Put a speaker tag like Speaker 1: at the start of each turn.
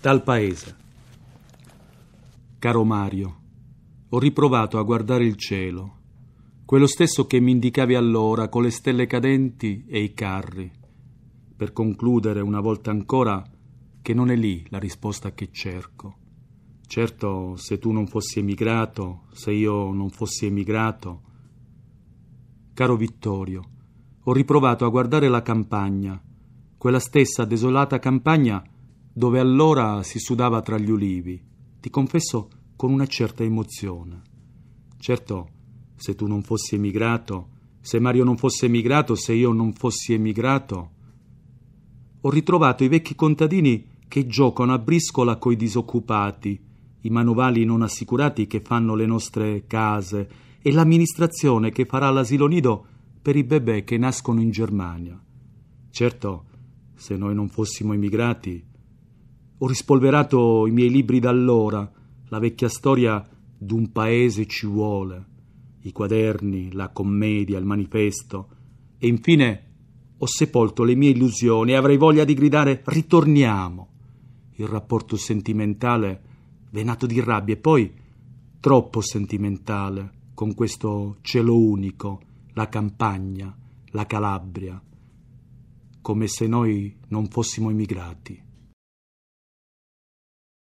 Speaker 1: Dal paese. Caro Mario, ho riprovato a guardare il cielo, quello stesso che mi indicavi allora con le stelle cadenti e i carri, per concludere una volta ancora che non è lì la risposta che cerco. Certo, se tu non fossi emigrato, se io non fossi emigrato. Caro Vittorio, ho riprovato a guardare la campagna, quella stessa desolata campagna dove allora si sudava tra gli ulivi, ti confesso con una certa emozione. Certo, se tu non fossi emigrato, se Mario non fosse emigrato, se io non fossi emigrato. Ho ritrovato i vecchi contadini che giocano a briscola coi disoccupati, i manovali non assicurati che fanno le nostre case e l'amministrazione che farà l'asilo nido per i bebè che nascono in Germania. Certo, se noi non fossimo emigrati, ho rispolverato i miei libri d'allora, la vecchia storia d'un paese ci vuole, i quaderni, la commedia, il manifesto, e infine ho sepolto le mie illusioni e avrei voglia di gridare ritorniamo. Il rapporto sentimentale venato di rabbia e poi troppo sentimentale con questo cielo unico, la campagna, la Calabria, come se noi non fossimo emigrati.